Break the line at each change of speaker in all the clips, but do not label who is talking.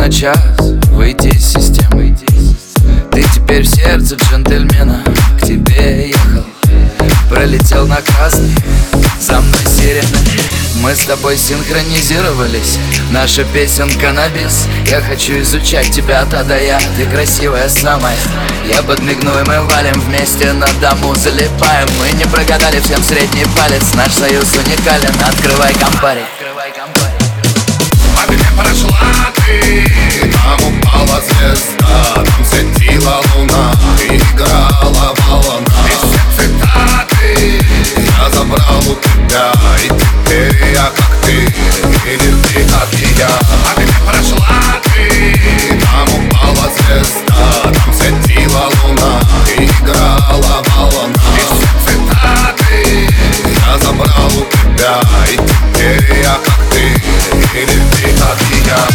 на час выйти из системы. Ты теперь в сердце джентльмена. К тебе ехал, пролетел на красный, за мной сирена. Мы с тобой синхронизировались, наша песенка на бис. Я хочу изучать тебя от А до Я, ты красивая самая. Я подмигну и мы валим вместе на дому, залипаем. Мы не прогадали, всем средний палец, наш союз уникален. Открывай компари.
По мне прошла ты, там упала звезда, там светила луна, и играла волна. И все цитаты я забрал у тебя, и теперь я как ты, или ты как и я. По мне прошла ты, там упала звезда, там светила луна, и играла волна. И все цитаты я забрал у тебя, и теперь я как ты, или ты как и я.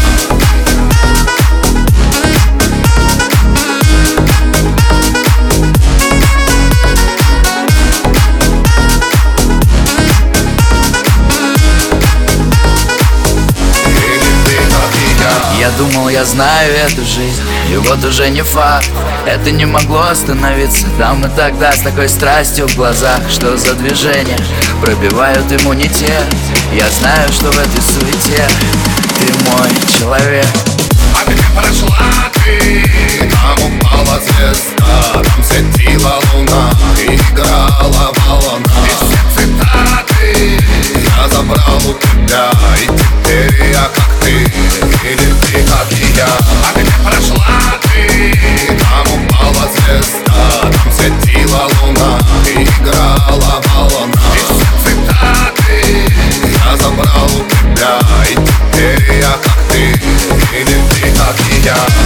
Я думал, я знаю эту жизнь, и вот уже не факт. Это не могло остановиться там и тогда, с такой страстью в глазах. Что за движения пробивают иммунитет? Я знаю, что в этой суете ты мой человек.
По мне прошла ты, там упала звезда, там светила луна, и играла волна. И все цитаты я забрал у тебя, и теперь я как ты, или ты как и я. По мне прошла ты, там упала звезда, там светила луна, и играла волна. И все цитаты я забрал у тебя, и теперь я как ты, или ты как и я.